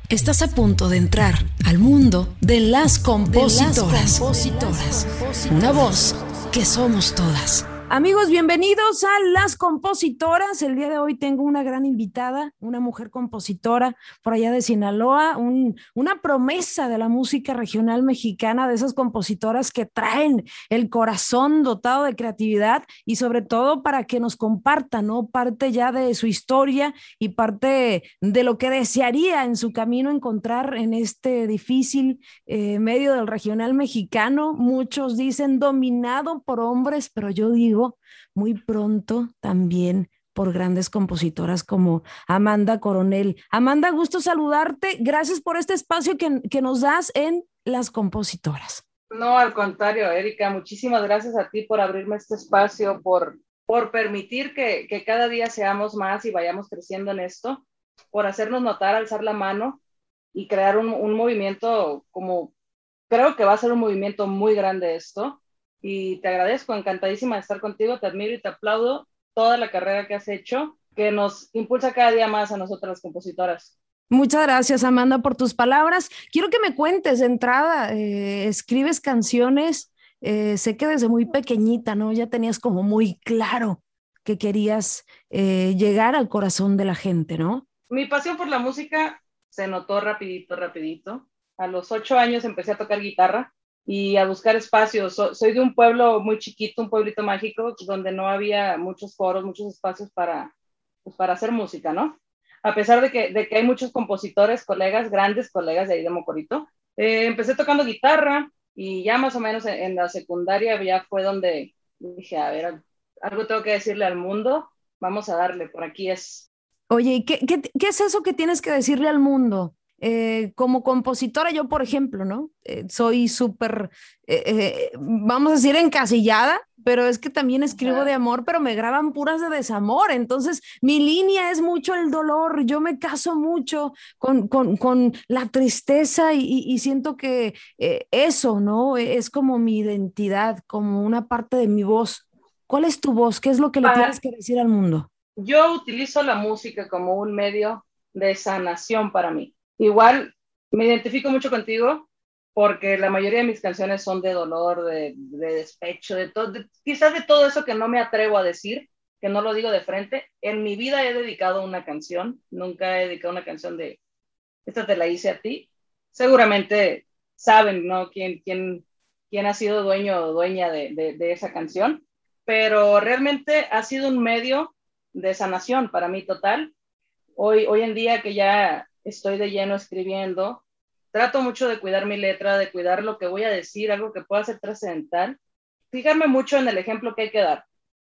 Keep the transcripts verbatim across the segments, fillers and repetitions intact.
Estás a punto de entrar al mundo de las compositoras. De las compositoras. Una voz que somos todas. Amigos, bienvenidos a Las Compositoras. El día de hoy tengo una gran invitada, una mujer compositora por allá de Sinaloa, un, una promesa de la música regional mexicana, de esas compositoras que traen el corazón dotado de creatividad y sobre todo para que nos comparta, ¿no? Parte ya de su historia y parte de lo que desearía en su camino encontrar en este difícil eh, medio del regional mexicano. Muchos dicen dominado por hombres, pero yo digo muy pronto también por grandes compositoras como Amanda Coronel. Amanda, gusto saludarte. Gracias por este espacio que, que nos das en Las Compositoras. No, al contrario, Erika, muchísimas gracias a ti por abrirme este espacio, por, por permitir que, que cada día seamos más y vayamos creciendo en esto, por hacernos notar, alzar la mano y crear un, un movimiento como, creo que va a ser un movimiento muy grande esto. Y te agradezco, encantadísima de estar contigo, te admiro y te aplaudo toda la carrera que has hecho, que nos impulsa cada día más a nosotras las compositoras. Muchas gracias, Amanda, por tus palabras. Quiero que me cuentes de entrada, eh, escribes canciones, eh, sé que desde muy pequeñita, ¿no? Ya tenías como muy claro que querías eh, llegar al corazón de la gente, ¿no? Mi pasión por la música se notó rapidito, rapidito. A los ocho años empecé a tocar guitarra y a buscar espacios. So, soy de un pueblo muy chiquito, un pueblito mágico, donde no había muchos foros, muchos espacios para, pues, para hacer música, ¿no? A pesar de que, de que hay muchos compositores, colegas, grandes colegas de ahí de Mocorito. Eh, empecé tocando guitarra y ya más o menos en, en la secundaria ya fue donde dije, a ver, algo tengo que decirle al mundo, vamos a darle, por aquí es. Oye, ¿qué, qué, qué es eso que tienes que decirle al mundo? Eh, como compositora, yo, por ejemplo, ¿no? Eh, soy súper, eh, eh, vamos a decir, encasillada, pero es que también escribo de amor, pero me graban puras de desamor. Entonces, mi línea es mucho el dolor. Yo me caso mucho con, con, con la tristeza y, y, y siento que eh, eso, ¿no? Es como mi identidad, como una parte de mi voz. ¿Cuál es tu voz? ¿Qué es lo que le tienes que decir al mundo? Yo utilizo la música como un medio de sanación para mí. Igual me identifico mucho contigo porque la mayoría de mis canciones son de dolor, de, de despecho, de todo, de, quizás de todo eso que no me atrevo a decir, que no lo digo de frente. En mi vida he dedicado una canción, nunca he dedicado una canción de, esta te la hice a ti. Seguramente saben, ¿no? quién, quién, quién ha sido dueño o dueña de, de, de esa canción, pero realmente ha sido un medio de sanación para mí total. Hoy, hoy en día que ya estoy de lleno escribiendo, trato mucho de cuidar mi letra, de cuidar lo que voy a decir, algo que pueda ser trascendental. Fijarme mucho en el ejemplo que hay que dar,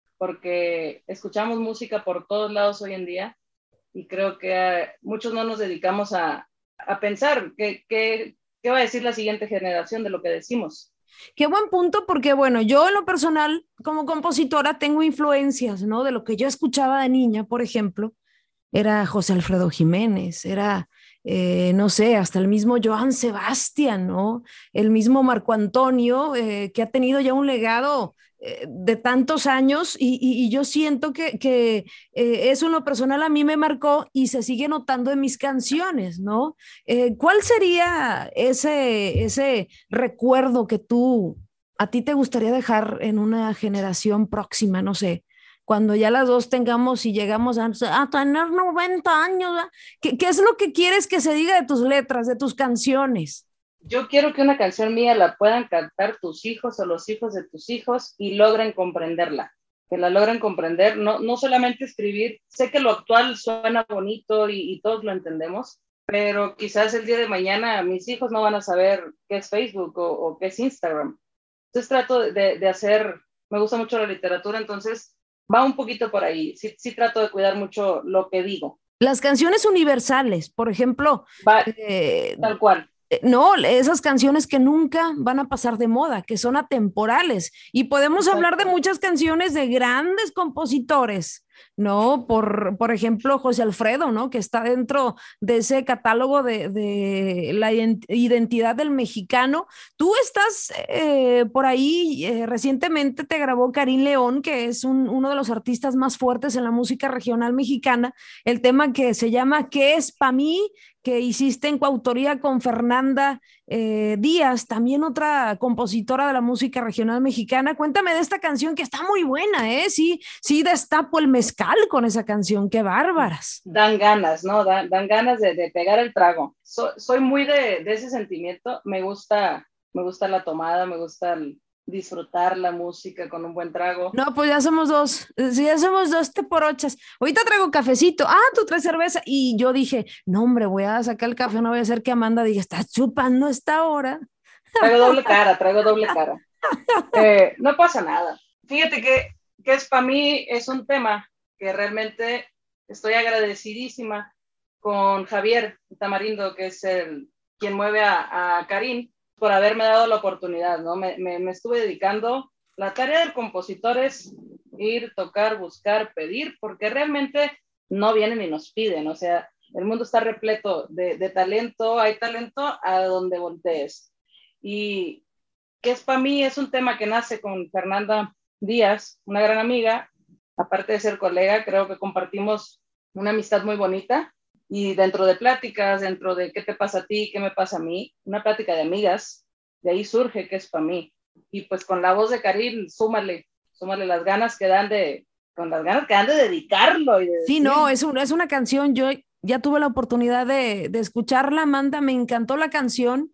porque escuchamos música por todos lados hoy en día y creo que muchos no nos dedicamos a, a pensar qué, qué, qué va a decir la siguiente generación de lo que decimos. Qué buen punto, porque bueno, yo en lo personal, como compositora, tengo influencias, ¿no? De lo que yo escuchaba de niña, por ejemplo, era José Alfredo Jiménez, era, eh, no sé, hasta el mismo Joan Sebastián, ¿no? El mismo Marco Antonio, eh, que ha tenido ya un legado eh, de tantos años y, y, y yo siento que, que eh, eso en lo personal a mí me marcó y se sigue notando en mis canciones, ¿no? Eh, ¿Cuál sería ese, ese recuerdo que tú, a ti te gustaría dejar en una generación próxima, no sé? Cuando ya las dos tengamos y llegamos a, a tener noventa años, ¿qué, ¿qué es lo que quieres que se diga de tus letras, de tus canciones? Yo quiero que una canción mía la puedan cantar tus hijos o los hijos de tus hijos y logren comprenderla, que la logren comprender, no, no solamente escribir. Sé que lo actual suena bonito y, y todos lo entendemos, pero quizás el día de mañana mis hijos no van a saber qué es Facebook o, o qué es Instagram. Entonces trato de, de hacer, me gusta mucho la literatura, entonces va un poquito por ahí. Sí, sí trato de cuidar mucho lo que digo. Las canciones universales, por ejemplo. Va, eh, tal cual. No, esas canciones que nunca van a pasar de moda, que son atemporales. Y podemos Exacto. hablar de muchas canciones de grandes compositores ¿no? Por, por ejemplo, José Alfredo, ¿no? Que está dentro de ese catálogo de, de la identidad del mexicano. Tú estás eh, por ahí, eh, recientemente te grabó Karim León, que es un, uno de los artistas más fuertes en la música regional mexicana, el tema que se llama ¿Qué es pa' mí?, que hiciste en coautoría con Fernanda eh, Díaz, también otra compositora de la música regional mexicana. Cuéntame de esta canción que está muy buena, ¿eh? Sí, sí destapo el mezcal con esa canción, qué bárbaras. Dan ganas, ¿no? Dan, dan ganas de, de, pegar el trago. So, soy muy de, de ese sentimiento, me gusta, me gusta la tomada, me gusta el, disfrutar la música con un buen trago. No, pues ya somos dos, sí, ya somos dos te por ochas. Ahorita traigo cafecito, ah, tú traes cerveza. Y yo dije, no, hombre, voy a sacar el café, no voy a hacer que Amanda diga, estás chupando esta hora. Traigo doble cara, traigo doble cara. Eh, no pasa nada. Fíjate que, que es para mí es un tema que realmente estoy agradecidísima con Javier Tamarindo, que es el quien mueve a, a Karim, por haberme dado la oportunidad, ¿no? Me, me, me estuve dedicando. La tarea del compositor es ir, tocar, buscar, pedir, porque realmente no vienen y nos piden, o sea, el mundo está repleto de, de talento, hay talento a donde voltees. Y que es para mí, es un tema que nace con Fernanda Díaz, una gran amiga, aparte de ser colega, creo que compartimos una amistad muy bonita, y dentro de pláticas, dentro de qué te pasa a ti, qué me pasa a mí, una plática de amigas, de ahí surge que es para mí. Y pues con la voz de Karim, súmale, súmale las ganas que dan de, con las ganas que dan de dedicarlo. Y de sí, decir... no, es, un, es una canción, yo ya tuve la oportunidad de, de escucharla, Amanda, me encantó la canción.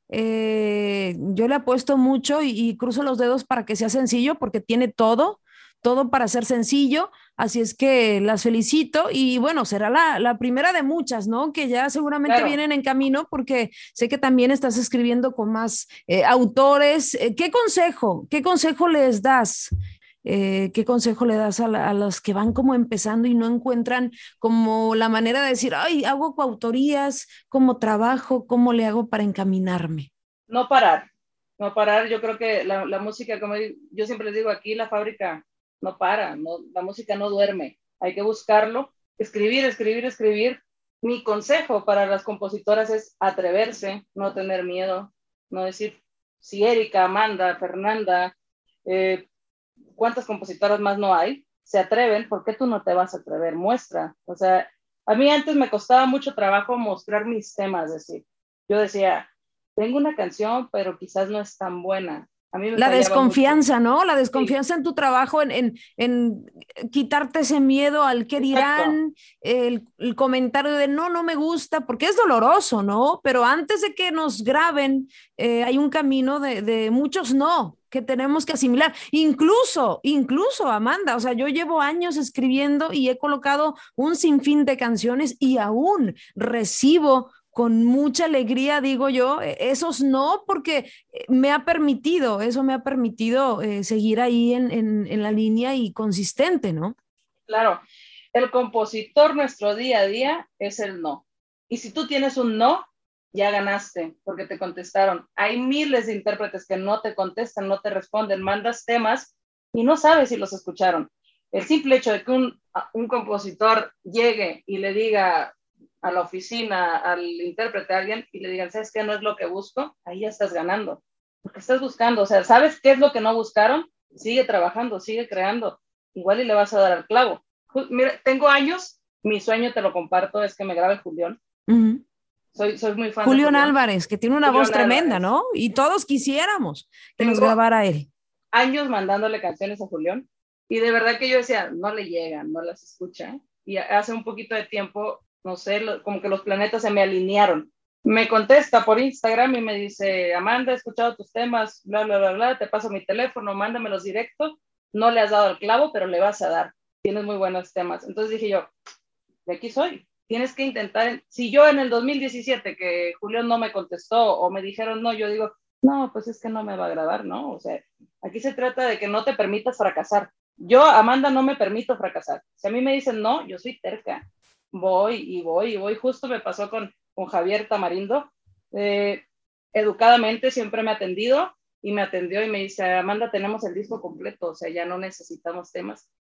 Eh, yo le apuesto mucho y, y cruzo los dedos para que sea sencillo, porque tiene todo, todo para ser sencillo, así es que las felicito y bueno, será la, la primera de muchas, ¿no? Que ya seguramente claro. vienen en camino, porque sé que también estás escribiendo con más eh, autores. Eh, ¿Qué consejo, qué consejo les das? Eh, ¿Qué consejo le das a, la, a los que van como empezando y no encuentran como la manera de decir, ay, hago coautorías, cómo trabajo, cómo le hago para encaminarme? No parar, no parar. Yo creo que la, la música, como yo siempre les digo, aquí la fábrica no para, no, la música no duerme, hay que buscarlo, escribir, escribir, escribir. Mi consejo para las compositoras es atreverse, no tener miedo, no decir, si Erika, Amanda, Fernanda, eh, ¿cuántas compositoras más no hay? Se atreven, ¿por qué tú no te vas a atrever? Muestra. O sea, a mí antes me costaba mucho trabajo mostrar mis temas, es decir, yo decía, tengo una canción, pero quizás no es tan buena. A mí me la desconfianza, mucho. ¿no? La desconfianza sí. en tu trabajo, en, en, en, quitarte ese miedo al qué dirán, el, el comentario de no, no me gusta, porque es doloroso, ¿no? Pero antes de que nos graben, eh, hay un camino de, de muchos no que tenemos que asimilar. Incluso, incluso, Amanda, o sea, yo llevo años escribiendo y he colocado un sinfín de canciones y aún recibo con mucha alegría, digo yo, esos no, porque me ha permitido, eso me ha permitido eh, seguir ahí en, en, en la línea y consistente, ¿no? Claro, el compositor, nuestro día a día, es el no. Y si tú tienes un no, ya ganaste, porque te contestaron. Hay miles de intérpretes que no te contestan, no te responden, mandas temas y no sabes si los escucharon. El simple hecho de que un, un compositor llegue y le diga a la oficina, al intérprete, a alguien, y le digan, ¿sabes qué? No es lo que busco, ahí ya estás ganando, porque estás buscando, o sea, ¿sabes qué es lo que no buscaron? Sigue trabajando, sigue creando, igual y le vas a dar al clavo. Mira, tengo años, mi sueño, te lo comparto, es que me grabe Julián. Uh-huh. Soy, soy muy fan Julián de Julián Álvarez, que tiene una Julián voz tremenda, Álvarez. ¿no? Y todos quisiéramos que tengo nos grabara él. Años mandándole canciones a Julián, y de verdad que yo decía, no le llegan, no las escucha, y hace un poquito de tiempo, no sé, lo, como que los planetas se me alinearon. Me contesta por Instagram y me dice, Amanda, he escuchado tus temas, bla, bla, bla, bla, te paso mi teléfono, mándamelos directo, no le has dado el clavo, pero le vas a dar, tienes muy buenos temas. Entonces dije yo, de aquí soy, tienes que intentar, si yo en el dos mil diecisiete que Julián no me contestó o me dijeron no, yo digo, no, pues es que no me va a grabar, ¿no? O sea, aquí se trata de que no te permitas fracasar. Yo, Amanda, no me permito fracasar. Si a mí me dicen no, yo soy terca. Voy y voy y voy. Justo me pasó con, con Javier Tamarindo. Eh, educadamente siempre me ha atendido y me atendió y me dice, Amanda, tenemos el disco completo, o sea, ya no necesitamos temas.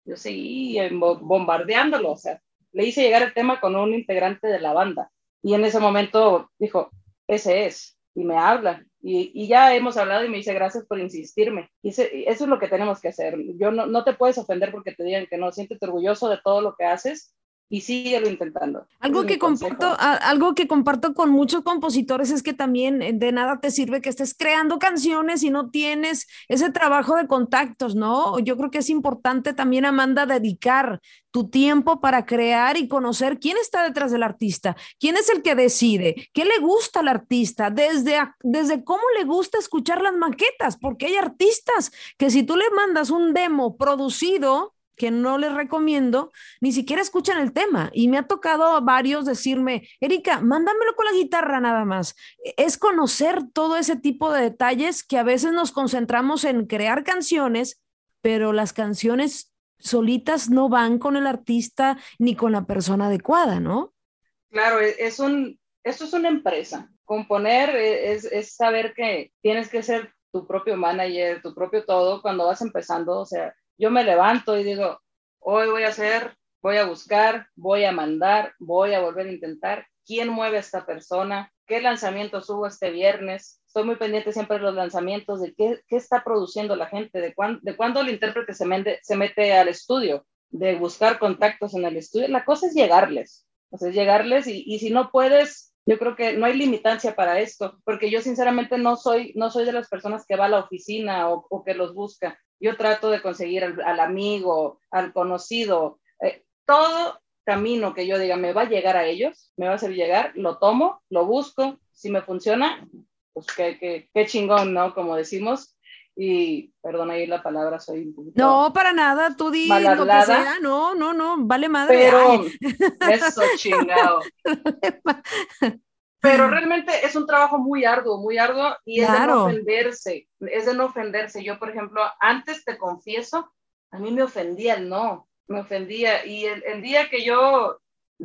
yo seguí bombardeándolo, o sea, le hice llegar el tema con un integrante de la banda y en ese momento dijo, ese es, y me habla, y, y ya hemos hablado y me dice, gracias por insistirme, y ese, eso es lo que tenemos que hacer. Yo no, no te puedes ofender porque te digan que no, siéntete orgulloso de todo lo que haces y síguelo intentando. Algo que comparto, a, algo que comparto con muchos compositores es que también de nada te sirve que estés creando canciones y no tienes ese trabajo de contactos, ¿no? Yo creo que es importante también, Amanda, dedicar tu tiempo para crear y conocer quién está detrás del artista, quién es el que decide, qué le gusta al artista, desde, desde cómo le gusta escuchar las maquetas, porque hay artistas que si tú le mandas un demo producido, que no les recomiendo, ni siquiera escuchan el tema. Y me ha tocado a varios decirme, Erika, mándamelo con la guitarra nada más. Es conocer todo ese tipo de detalles que a veces nos concentramos en crear canciones, pero las canciones solitas no van con el artista ni con la persona adecuada, ¿no? Claro, es un, esto es una empresa. Componer es, es saber que tienes que ser tu propio manager, tu propio todo cuando vas empezando, o sea, yo me levanto y digo, hoy voy a hacer, voy a buscar, voy a mandar, voy a volver a intentar, quién mueve a esta persona, qué lanzamientos hubo este viernes. Estoy muy pendiente siempre de los lanzamientos, de qué, qué está produciendo la gente, de, cuán, de cuándo el intérprete se, mende, se mete al estudio, de buscar contactos en el estudio. La cosa es llegarles, o sea, es llegarles y, y si no puedes, yo creo que no hay limitancia para esto, porque yo sinceramente no soy, no soy de las personas que va a la oficina o, o que los busca. Yo trato de conseguir al, al amigo, al conocido, eh, todo camino que yo diga me va a llegar a ellos, me va a hacer llegar, lo tomo, lo busco, si me funciona, pues qué, qué, qué chingón, ¿no? Como decimos, y perdón ahí la palabra, soy un poquito no, para nada, tú di lo que sea, no, no, no, vale madre. Pero, ay. Eso chingado. Pero realmente es un trabajo muy arduo, muy arduo y claro. Es de no ofenderse, es de no ofenderse. Yo, por ejemplo, antes te confieso, a mí me ofendía el no, me ofendía. Y el, el día que yo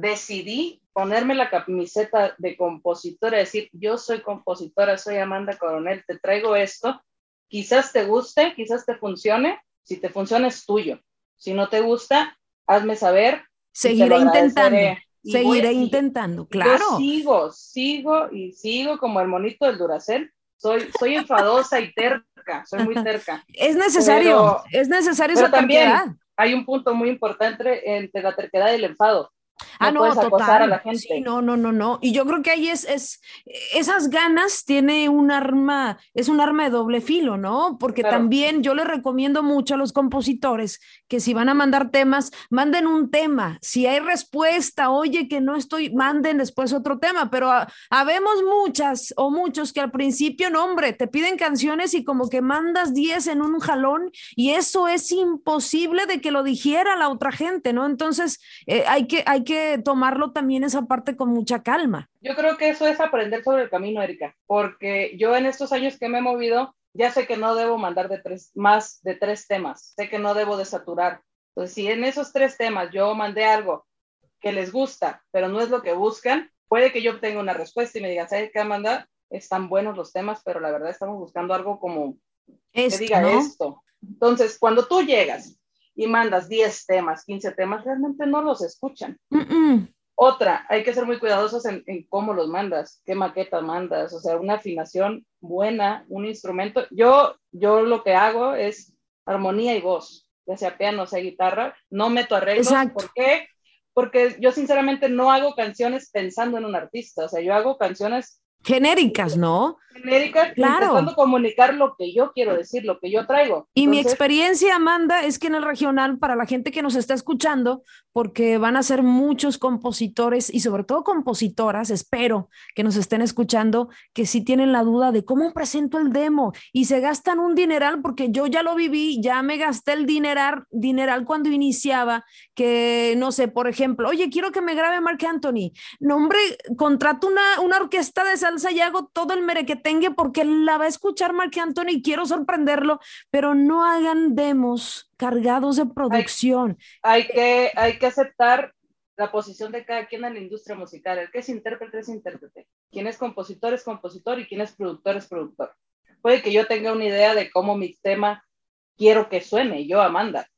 decidí ponerme la camiseta de compositora, decir, yo soy compositora, soy Amanda Coronel, te traigo esto, quizás te guste, quizás te funcione, si te funciona es tuyo. Si no te gusta, hazme saber. Seguiré intentando. Y Seguiré intentando, claro. Yo sigo, sigo y sigo como el monito del Duracell. Soy, soy enfadosa y terca, soy muy terca. Es necesario, pero, es necesario esa también terquedad. Hay un punto muy importante entre la terquedad y el enfado. No ah, no, puedes total. acosar a la gente. Sí, no, no, no, no. Y yo creo que ahí es, es, esas ganas tiene un arma, es un arma de doble filo, ¿no? Porque claro. También yo les recomiendo mucho a los compositores que si van a mandar temas, manden un tema. Si hay respuesta, oye, que no estoy, manden después otro tema. Pero habemos muchas o muchos que al principio, no, hombre, te piden canciones y como que mandas diez en un jalón y eso es imposible de que lo dijera la otra gente, ¿no? Entonces, eh, hay que, hay que tomarlo también esa parte con mucha calma. Yo creo que eso es aprender sobre el camino, Erika, porque yo en estos años que me he movido, ya sé que no debo mandar de tres, más de tres temas, sé que no debo de saturar. Entonces, si en esos tres temas yo mandé algo que les gusta, pero no es lo que buscan, puede que yo obtenga una respuesta y me digan, ¿sabes qué, Amanda? Están buenos los temas, pero la verdad estamos buscando algo como esto, que diga ¿no? esto. Entonces, cuando tú llegas y mandas diez temas, quince temas, realmente no los escuchan. Mm-mm. Otra, hay que ser muy cuidadosos en, en cómo los mandas, qué maqueta mandas, o sea, una afinación buena, un instrumento. Yo, yo lo que hago es armonía y voz, ya sea piano, sea guitarra, no meto arreglos. Exacto. ¿Por qué? Porque yo sinceramente no hago canciones pensando en un artista, o sea, yo hago canciones genéricas, ¿no? Genéricas, claro. Intentando comunicar lo que yo quiero decir, lo que yo traigo. Y Entonces, mi experiencia, Amanda, es que en el regional, para la gente que nos está escuchando, porque van a ser muchos compositores y sobre todo compositoras, espero que nos estén escuchando, que sí tienen la duda de cómo presento el demo y se gastan un dineral, porque yo ya lo viví, ya me gasté el dineral, dineral cuando iniciaba, que no sé, por ejemplo, oye, quiero que me grabe Marc Anthony. No, hombre, contrato una, una orquesta de salsa y hago todo el merequetengue porque la va a escuchar Marc Anthony y quiero sorprenderlo, pero no hagan demos cargados de producción. Hay, hay, que, hay que aceptar la posición de cada quien en la industria musical. El que es intérprete es intérprete. Quien es compositor es compositor y quien es productor es productor. Puede que yo tenga una idea de cómo mi tema quiero que suene, yo, Amanda,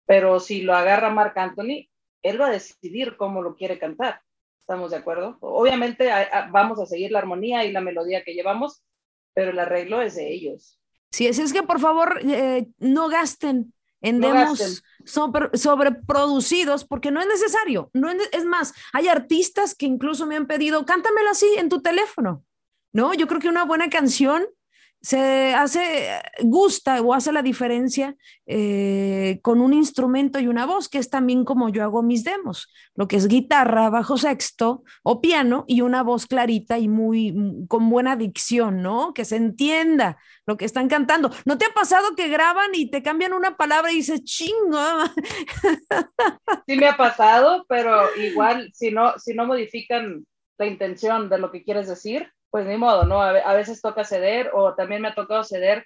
pero si lo agarra Marc Anthony, él va a decidir cómo lo quiere cantar. ¿Estamos de acuerdo? Obviamente a, a, vamos a seguir la armonía y la melodía que llevamos, pero el arreglo es de ellos. Sí, así es que por favor eh, no gasten en No demos gasten. sobre, sobreproducidos, porque no es necesario. No es, es más, hay artistas que incluso me han pedido, cántamelo así en tu teléfono, ¿no? Yo creo que una buena canción se hace, gusta o hace la diferencia eh, con un instrumento y una voz, que es también como yo hago mis demos, lo que es guitarra, bajo sexto o piano y una voz clarita y muy con buena dicción, ¿no? Que se entienda lo que están cantando. ¿No te ha pasado que graban y te cambian una palabra y dices, chingo? Sí me ha pasado, pero igual si no, si no modifican la intención de lo que quieres decir, pues ni modo, ¿no? A, a veces toca ceder, o también me ha tocado ceder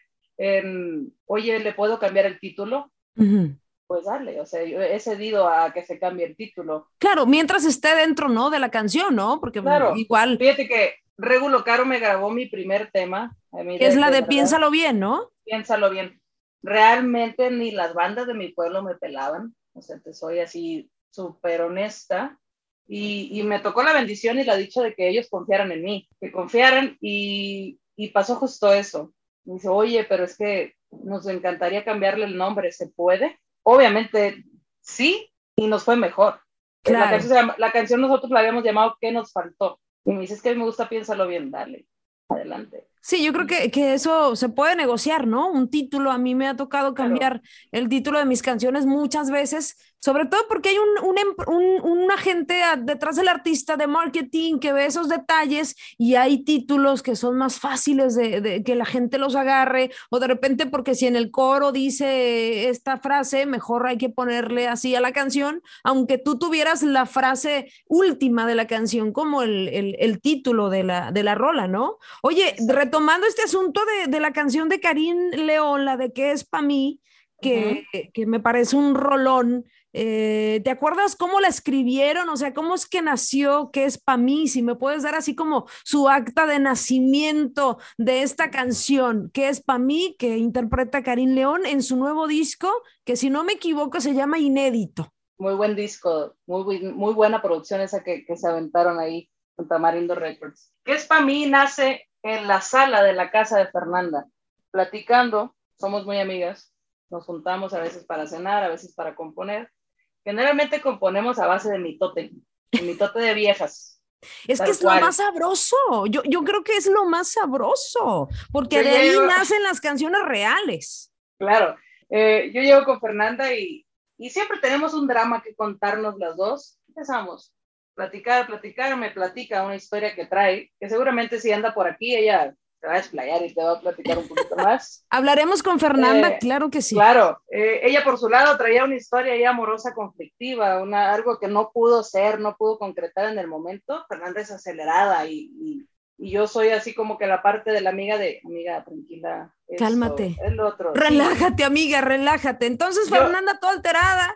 en, oye, ¿le puedo cambiar el título? Uh-huh. Pues dale, o sea, yo he cedido a que se cambie el título. Claro, mientras esté dentro, ¿no? De la canción, ¿no? Porque claro, igual... Fíjate que Regulo Caro me grabó mi primer tema. A mí que de, es la de, de verdad, Piénsalo Bien, ¿no? Piénsalo Bien. Realmente ni las bandas de mi pueblo me pelaban, o sea, te soy así súper honesta. Y, y me tocó la bendición y la dicha de que ellos confiaran en mí, que confiaran, y, y pasó justo eso. Me dice, oye, pero es que nos encantaría cambiarle el nombre, ¿se puede? Obviamente sí, y nos fue mejor. Claro. La, canción, la canción nosotros la habíamos llamado ¿Qué nos faltó? Y me dice, es que a mí me gusta Piénsalo Bien, dale, adelante. Sí, yo creo que, que eso se puede negociar, ¿no? Un título, a mí me ha tocado cambiar claro. el título de mis canciones muchas veces, sobre todo porque hay un, un, un, un agente detrás del artista de marketing que ve esos detalles, y hay títulos que son más fáciles de, de que la gente los agarre, o de repente porque si en el coro dice esta frase, mejor hay que ponerle así a la canción, aunque tú tuvieras la frase última de la canción como el, el, el título de la, de la rola, ¿no? Oye, retomando este asunto de, de la canción de Karin León, la de ¿Qué es pa' mí? Que, uh-huh. que me parece un rolón. Eh, ¿te acuerdas cómo la escribieron? O sea, ¿cómo es que nació ¿Qué es pa' mí? Si me puedes dar así como su acta de nacimiento de esta canción, ¿Qué es pa' mí? Que interpreta Karin León en su nuevo disco, que si no me equivoco se llama Inédito. Muy buen disco, muy, muy buena producción esa que, que se aventaron ahí con Tamarindo Records. ¿Qué es pa' mí? Nace en la sala de la casa de Fernanda, platicando, somos muy amigas, nos juntamos a veces para cenar, a veces para componer. Generalmente componemos a base de mitote, de mitote de viejas. Es que es cual. Lo más sabroso, yo, yo creo que es lo más sabroso, porque yo de ahí llego... nacen las canciones reales. Claro, eh, yo llego con Fernanda y, y siempre tenemos un drama que contarnos las dos. Empezamos platicar, platicar, me platica una historia que trae, que seguramente si anda por aquí, ella te va a explayar y te va a platicar un poquito más. Hablaremos con Fernanda, eh, claro que sí. Claro, eh, ella por su lado traía una historia ya amorosa conflictiva, una, algo que no pudo ser, no pudo concretar en el momento. Fernanda es acelerada y, y, y yo soy así como que la parte de la amiga de, amiga, tranquila. Eso, cálmate. El otro. Relájate, sí. Amiga, relájate. Entonces yo, Fernanda toda alterada.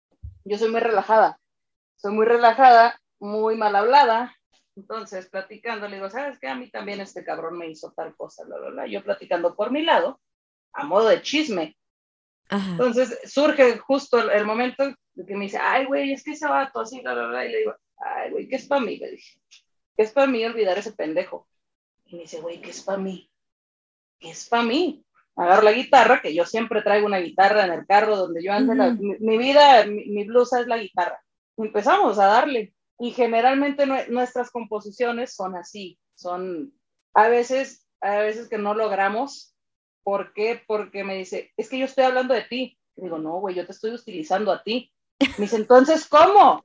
Yo soy muy relajada, soy muy relajada, muy mal hablada. Entonces, platicando, le digo, ¿sabes qué? A mí también este cabrón me hizo tal cosa, bla, bla, bla. Yo platicando por mi lado, a modo de chisme. Ajá. Entonces, surge justo el, el momento de que me dice, ay, güey, es que ese vato así, bla, bla, bla. Y le digo, ay, güey, ¿qué es para mí? Le dije, ¿qué es para mí olvidar ese pendejo? Y me dice, güey, ¿qué es para mí? ¿Qué es para mí? Agarro la guitarra, que yo siempre traigo una guitarra en el carro donde yo ando. Uh-huh. la, mi, mi vida, mi, mi blusa es la guitarra. Y empezamos a darle. Y generalmente no, nuestras composiciones son así, son a veces, a veces que no logramos. ¿Por qué? Porque me dice, es que yo estoy hablando de ti. Y digo, no, güey, yo te estoy utilizando a ti. Me dice, entonces, ¿cómo?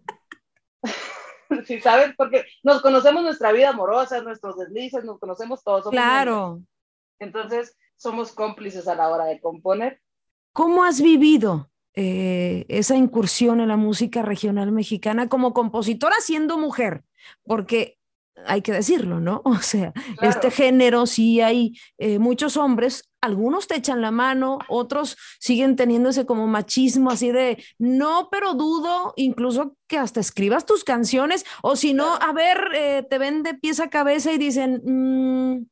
¿Sí sabes? Porque nos conocemos nuestra vida amorosa, nuestros deslices, nos conocemos todos. Claro. Muy... Entonces, somos cómplices a la hora de componer. ¿Cómo has vivido Eh, esa incursión en la música regional mexicana como compositora siendo mujer? Porque hay que decirlo, ¿no? O sea, claro. Este género sí hay eh, muchos hombres, algunos te echan la mano, otros siguen teniéndose como machismo así de, no, pero dudo incluso que hasta escribas tus canciones, o si no, claro. A ver, eh, te ven de pies a cabeza y dicen, mmm,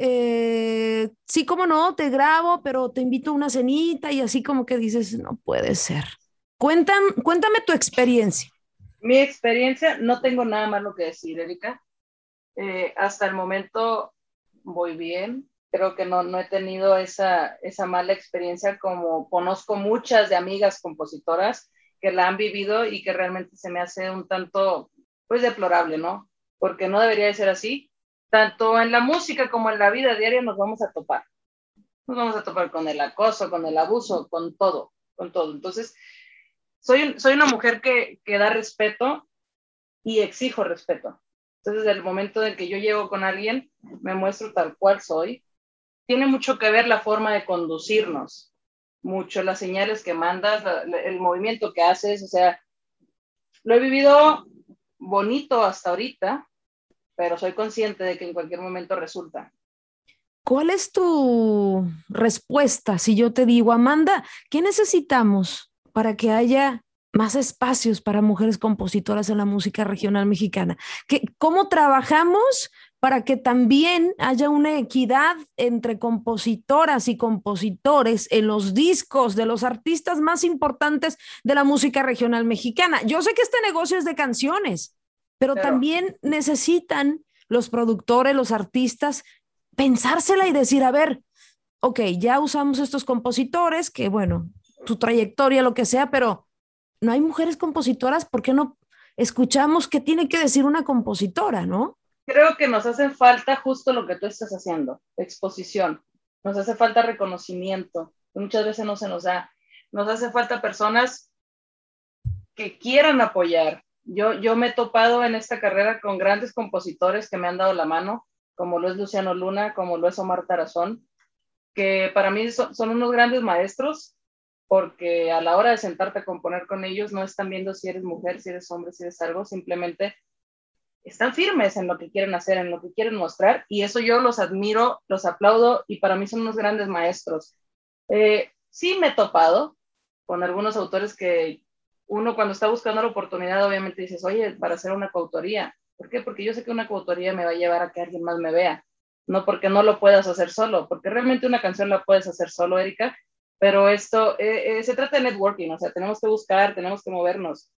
Eh, sí, como no, te grabo, pero te invito a una cenita, y así como que dices, no puede ser. Cuéntame, cuéntame tu experiencia. Mi experiencia, no tengo nada malo que decir, Erika. Eh, hasta el momento voy bien. Creo que no, no he tenido esa, esa mala experiencia, como conozco muchas de amigas compositoras que la han vivido y que realmente se me hace un tanto, pues, deplorable, ¿no? Porque no debería de ser así. Tanto en la música como en la vida diaria nos vamos a topar. Nos vamos a topar con el acoso, con el abuso, con todo, con todo. Entonces, soy, soy una mujer que, que da respeto y exijo respeto. Entonces, desde el momento en que yo llego con alguien, me muestro tal cual soy. Tiene mucho que ver la forma de conducirnos, mucho las señales que mandas, la, la, el movimiento que haces. O sea, lo he vivido bonito hasta ahorita, pero soy consciente de que en cualquier momento resulta. ¿Cuál es tu respuesta si yo te digo, Amanda, qué necesitamos para que haya más espacios para mujeres compositoras en la música regional mexicana? ¿Qué, ¿Cómo trabajamos para que también haya una equidad entre compositoras y compositores en los discos de los artistas más importantes de la música regional mexicana? Yo sé que este negocio es de canciones, pero, pero también necesitan los productores, los artistas, pensársela y decir, a ver, ok, ya usamos estos compositores, que bueno, tu trayectoria, lo que sea, pero no hay mujeres compositoras, ¿por qué no escuchamos qué tiene que decir una compositora, no? Creo que nos hace falta justo lo que tú estás haciendo, exposición. Nos hace falta reconocimiento. Muchas veces no se nos da. Nos hace falta personas que quieran apoyar. Yo, yo me he topado en esta carrera con grandes compositores que me han dado la mano, como lo es Luciano Luna, como lo es Omar Tarazón, que para mí son, son unos grandes maestros, porque a la hora de sentarte a componer con ellos no están viendo si eres mujer, si eres hombre, si eres algo, simplemente están firmes en lo que quieren hacer, en lo que quieren mostrar, y eso yo los admiro, los aplaudo, y para mí son unos grandes maestros. Eh, sí me he topado con algunos autores que uno, cuando está buscando la oportunidad, obviamente dices, oye, para hacer una coautoría. ¿Por qué? Porque yo sé que una coautoría me va a llevar a que alguien más me vea, no porque no lo puedas hacer solo, porque realmente una canción la puedes hacer solo, Erika, pero esto eh, eh, se trata de networking, o sea, tenemos que buscar, tenemos que movernos.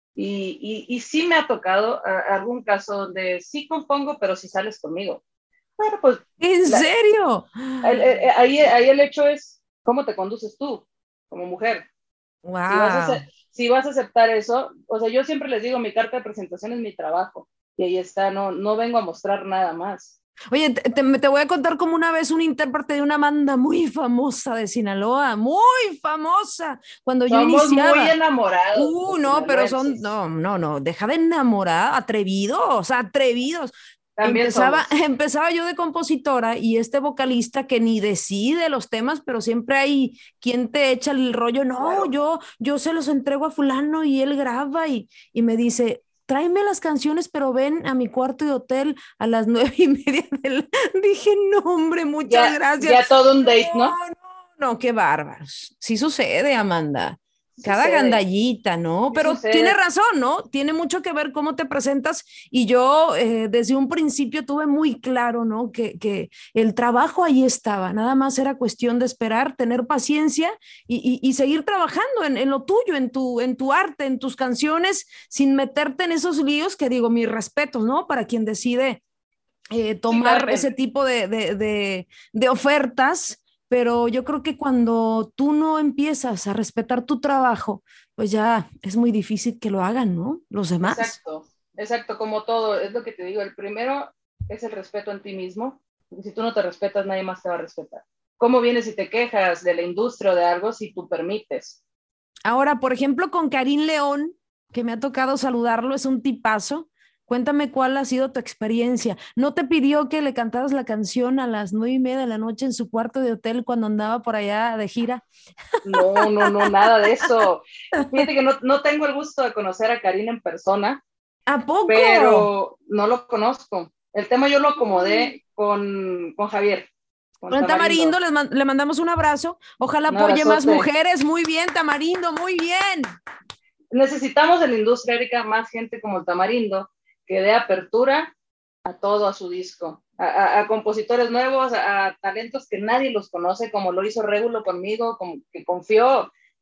Y, y, y sí me ha tocado a, a algún caso donde sí compongo, pero si sales conmigo. Bueno, pues... ¿En la, serio? el, el, ahí, ahí el hecho es cómo te conduces tú como mujer. Wow. Si vas, a, si vas a aceptar eso, o sea, yo siempre les digo, mi carta de presentación es mi trabajo, y ahí está, no, no vengo a mostrar nada más. Oye, te, te, te voy a contar como una vez un intérprete de una banda muy famosa de Sinaloa, muy famosa, cuando Somos yo iniciaba. muy enamorados. Uh, no, pero son, no, no, no, deja de enamorar, atrevidos, atrevidos. También Empezaba, somos. empezaba yo de compositora y este vocalista que ni decide los temas, pero siempre hay quien te echa el rollo, no, Claro. yo, yo se los entrego a fulano y él graba y, y me dice, tráeme las canciones, pero ven a mi cuarto de hotel a las nueve y media del... Dije, no, hombre, muchas Ya, gracias. ya todo un date, ¿no? No, no, no, qué bárbaros. Sí sucede, Amanda. Cada Sucede. gandallita, ¿no? Sí Pero sucede. tiene razón, ¿no? Tiene mucho que ver cómo te presentas y yo eh, desde un principio tuve muy claro, ¿no? Que, que el trabajo ahí estaba, nada más era cuestión de esperar, tener paciencia y, y, y seguir trabajando en, en, lo tuyo, en tu, en tu arte, en tus canciones, sin meterte en esos líos que digo, mis respetos, ¿no? Para quien decide eh, tomar sí, ese tipo de, de, de, de ofertas. Pero yo creo que cuando tú no empiezas a respetar tu trabajo, pues ya es muy difícil que lo hagan, ¿no? Los demás. Exacto, exacto, como todo, es lo que te digo, el primero es el respeto en ti mismo, porque si tú no te respetas, nadie más te va a respetar. ¿Cómo vienes y te quejas de la industria o de algo si tú permites? Ahora, por ejemplo, con Karim León, que me ha tocado saludarlo, es un tipazo. Cuéntame cuál ha sido tu experiencia. ¿No te pidió que le cantaras la canción a las nueve y media de la noche en su cuarto de hotel cuando andaba por allá de gira? No, no, no, nada de eso. Fíjate que no, no tengo el gusto de conocer a Karim en persona. ¿A poco? Pero no lo conozco. El tema yo lo acomodé con, con Javier. Con Tamarindo, Tamarindo les man, le mandamos un abrazo. Ojalá un apoye abrazote. más mujeres. Muy bien, Tamarindo, muy bien. Necesitamos en la industria, Erika, más gente como el Tamarindo que dé apertura a todo, a su disco, a, a, a compositores nuevos, a, a talentos que nadie los conoce, como lo hizo Régulo conmigo, como que confió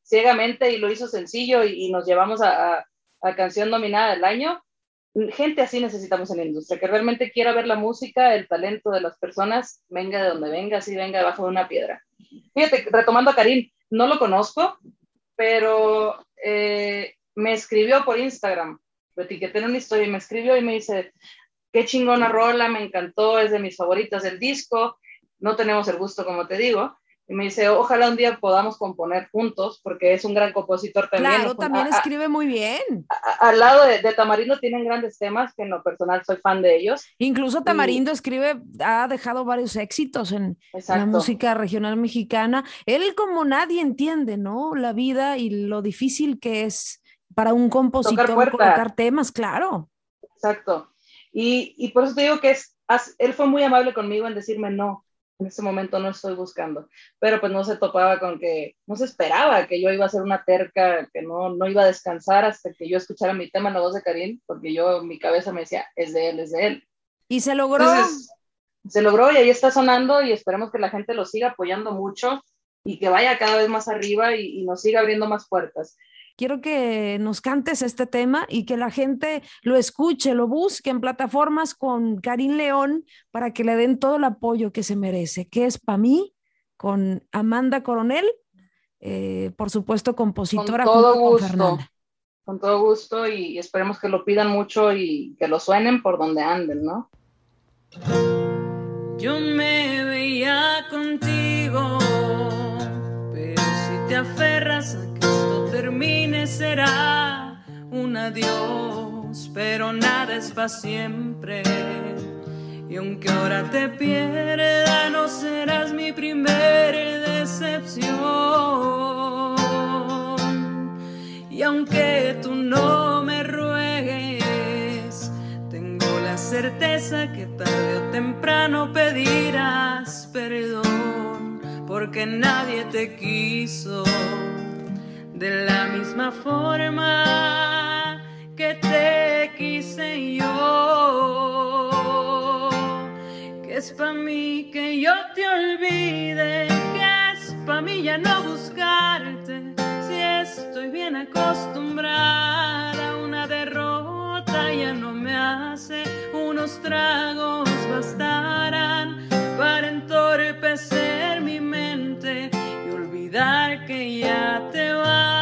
ciegamente y lo hizo sencillo y, y nos llevamos a, a, a canción nominada del año. Gente así necesitamos en la industria, que realmente quiera ver la música, el talento de las personas, venga de donde venga, así venga debajo de una piedra. Fíjate, retomando a Karim, no lo conozco, pero eh, me escribió por Instagram, lo etiqueté en una historia y me escribió y me dice, qué chingona rola, me encantó, es de mis favoritas del disco, no tenemos el gusto como te digo, y me dice, ojalá un día podamos componer juntos, porque es un gran compositor también. Claro, también a, escribe muy bien. A, a, al lado de, de Tamarindo tienen grandes temas, que en lo personal soy fan de ellos. Incluso Tamarindo y... escribe, ha dejado varios éxitos en Exacto. la música regional mexicana. Él como nadie entiende, ¿no? La vida y lo difícil que es para un compositor colocar temas, claro. Exacto. Y, y por eso te digo que es, él fue muy amable conmigo en decirme no. En ese momento no estoy buscando, pero pues no se topaba con que, no se esperaba que yo iba a ser una terca, que no, no iba a descansar hasta que yo escuchara mi tema en la voz de Karim, porque yo, mi cabeza me decía, es de él, es de él. Y se logró. Entonces, se logró y ahí está sonando y esperemos que la gente lo siga apoyando mucho y que vaya cada vez más arriba y, y nos siga abriendo más puertas. Quiero que nos cantes este tema y que la gente lo escuche, lo busque en plataformas con Karim León para que le den todo el apoyo que se merece, que es Pa' mí, con Amanda Coronel, eh, por supuesto compositora con todo junto gusto, con Fernanda. Con todo gusto y esperemos que lo pidan mucho y que lo suenen por donde anden, ¿no? Yo me veía contigo, pero si te aferras a que termine será un adiós, pero nada es para siempre. Y aunque ahora te pierda, no serás mi primer decepción. Y aunque tú no me ruegues, tengo la certeza que tarde o temprano pedirás perdón, porque nadie te quiso de la misma forma que te quise yo. Que es pa' mí que yo te olvide, que es pa' mí ya no buscarte, si estoy bien acostumbrada a una derrota, ya no me hace, unos tragos bastarán para entorpecer mi mente y olvidar que ya te vas.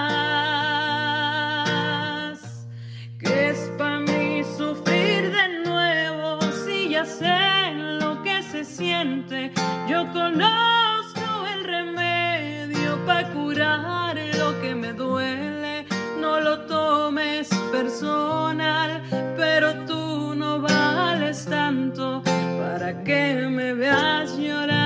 Sé lo que se siente, yo conozco el remedio para curar lo que me duele. No lo tomes personal, pero tú no vales tanto para que me veas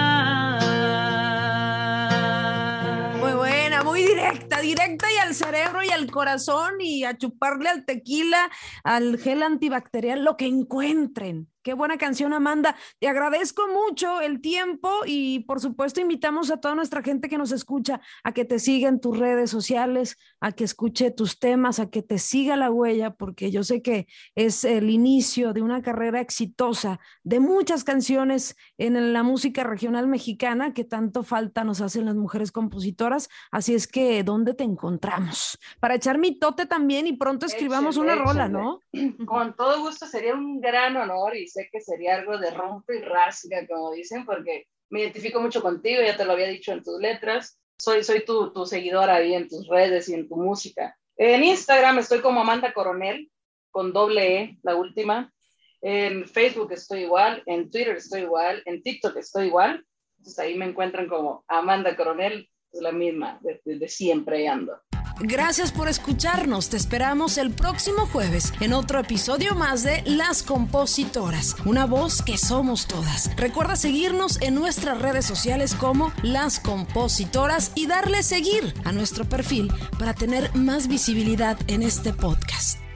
llorar. Muy buena, muy directa, directa y al cerebro y al corazón y a chuparle al tequila, al gel antibacterial, lo que encuentren. Qué buena canción, Amanda. Te agradezco mucho el tiempo y, por supuesto, invitamos a toda nuestra gente que nos escucha a que te siga en tus redes sociales, a que escuche tus temas, a que te siga la huella, porque yo sé que es el inicio de una carrera exitosa, de muchas canciones en la música regional mexicana que tanto falta nos hacen las mujeres compositoras. Así es que, ¿dónde te encontramos? Para echar mi tote también y pronto escribamos échale, una échale. rola, ¿no? Con todo gusto, sería un gran honor y sé que sería algo de rompe y rasga, como dicen, porque me identifico mucho contigo, ya te lo había dicho en tus letras, soy, soy tu, tu seguidora ahí en tus redes y en tu música. En Instagram estoy como Amanda Coronel, con doble E, la última. En Facebook estoy igual, en Twitter estoy igual, en TikTok estoy igual. Entonces ahí me encuentran como Amanda Coronel, es la misma, de, de, de siempre ando. Gracias por escucharnos. Te esperamos el próximo jueves en otro episodio más de Las Compositoras, una voz que somos todas. Recuerda seguirnos en nuestras redes sociales como Las Compositoras y darle seguir a nuestro perfil para tener más visibilidad en este podcast.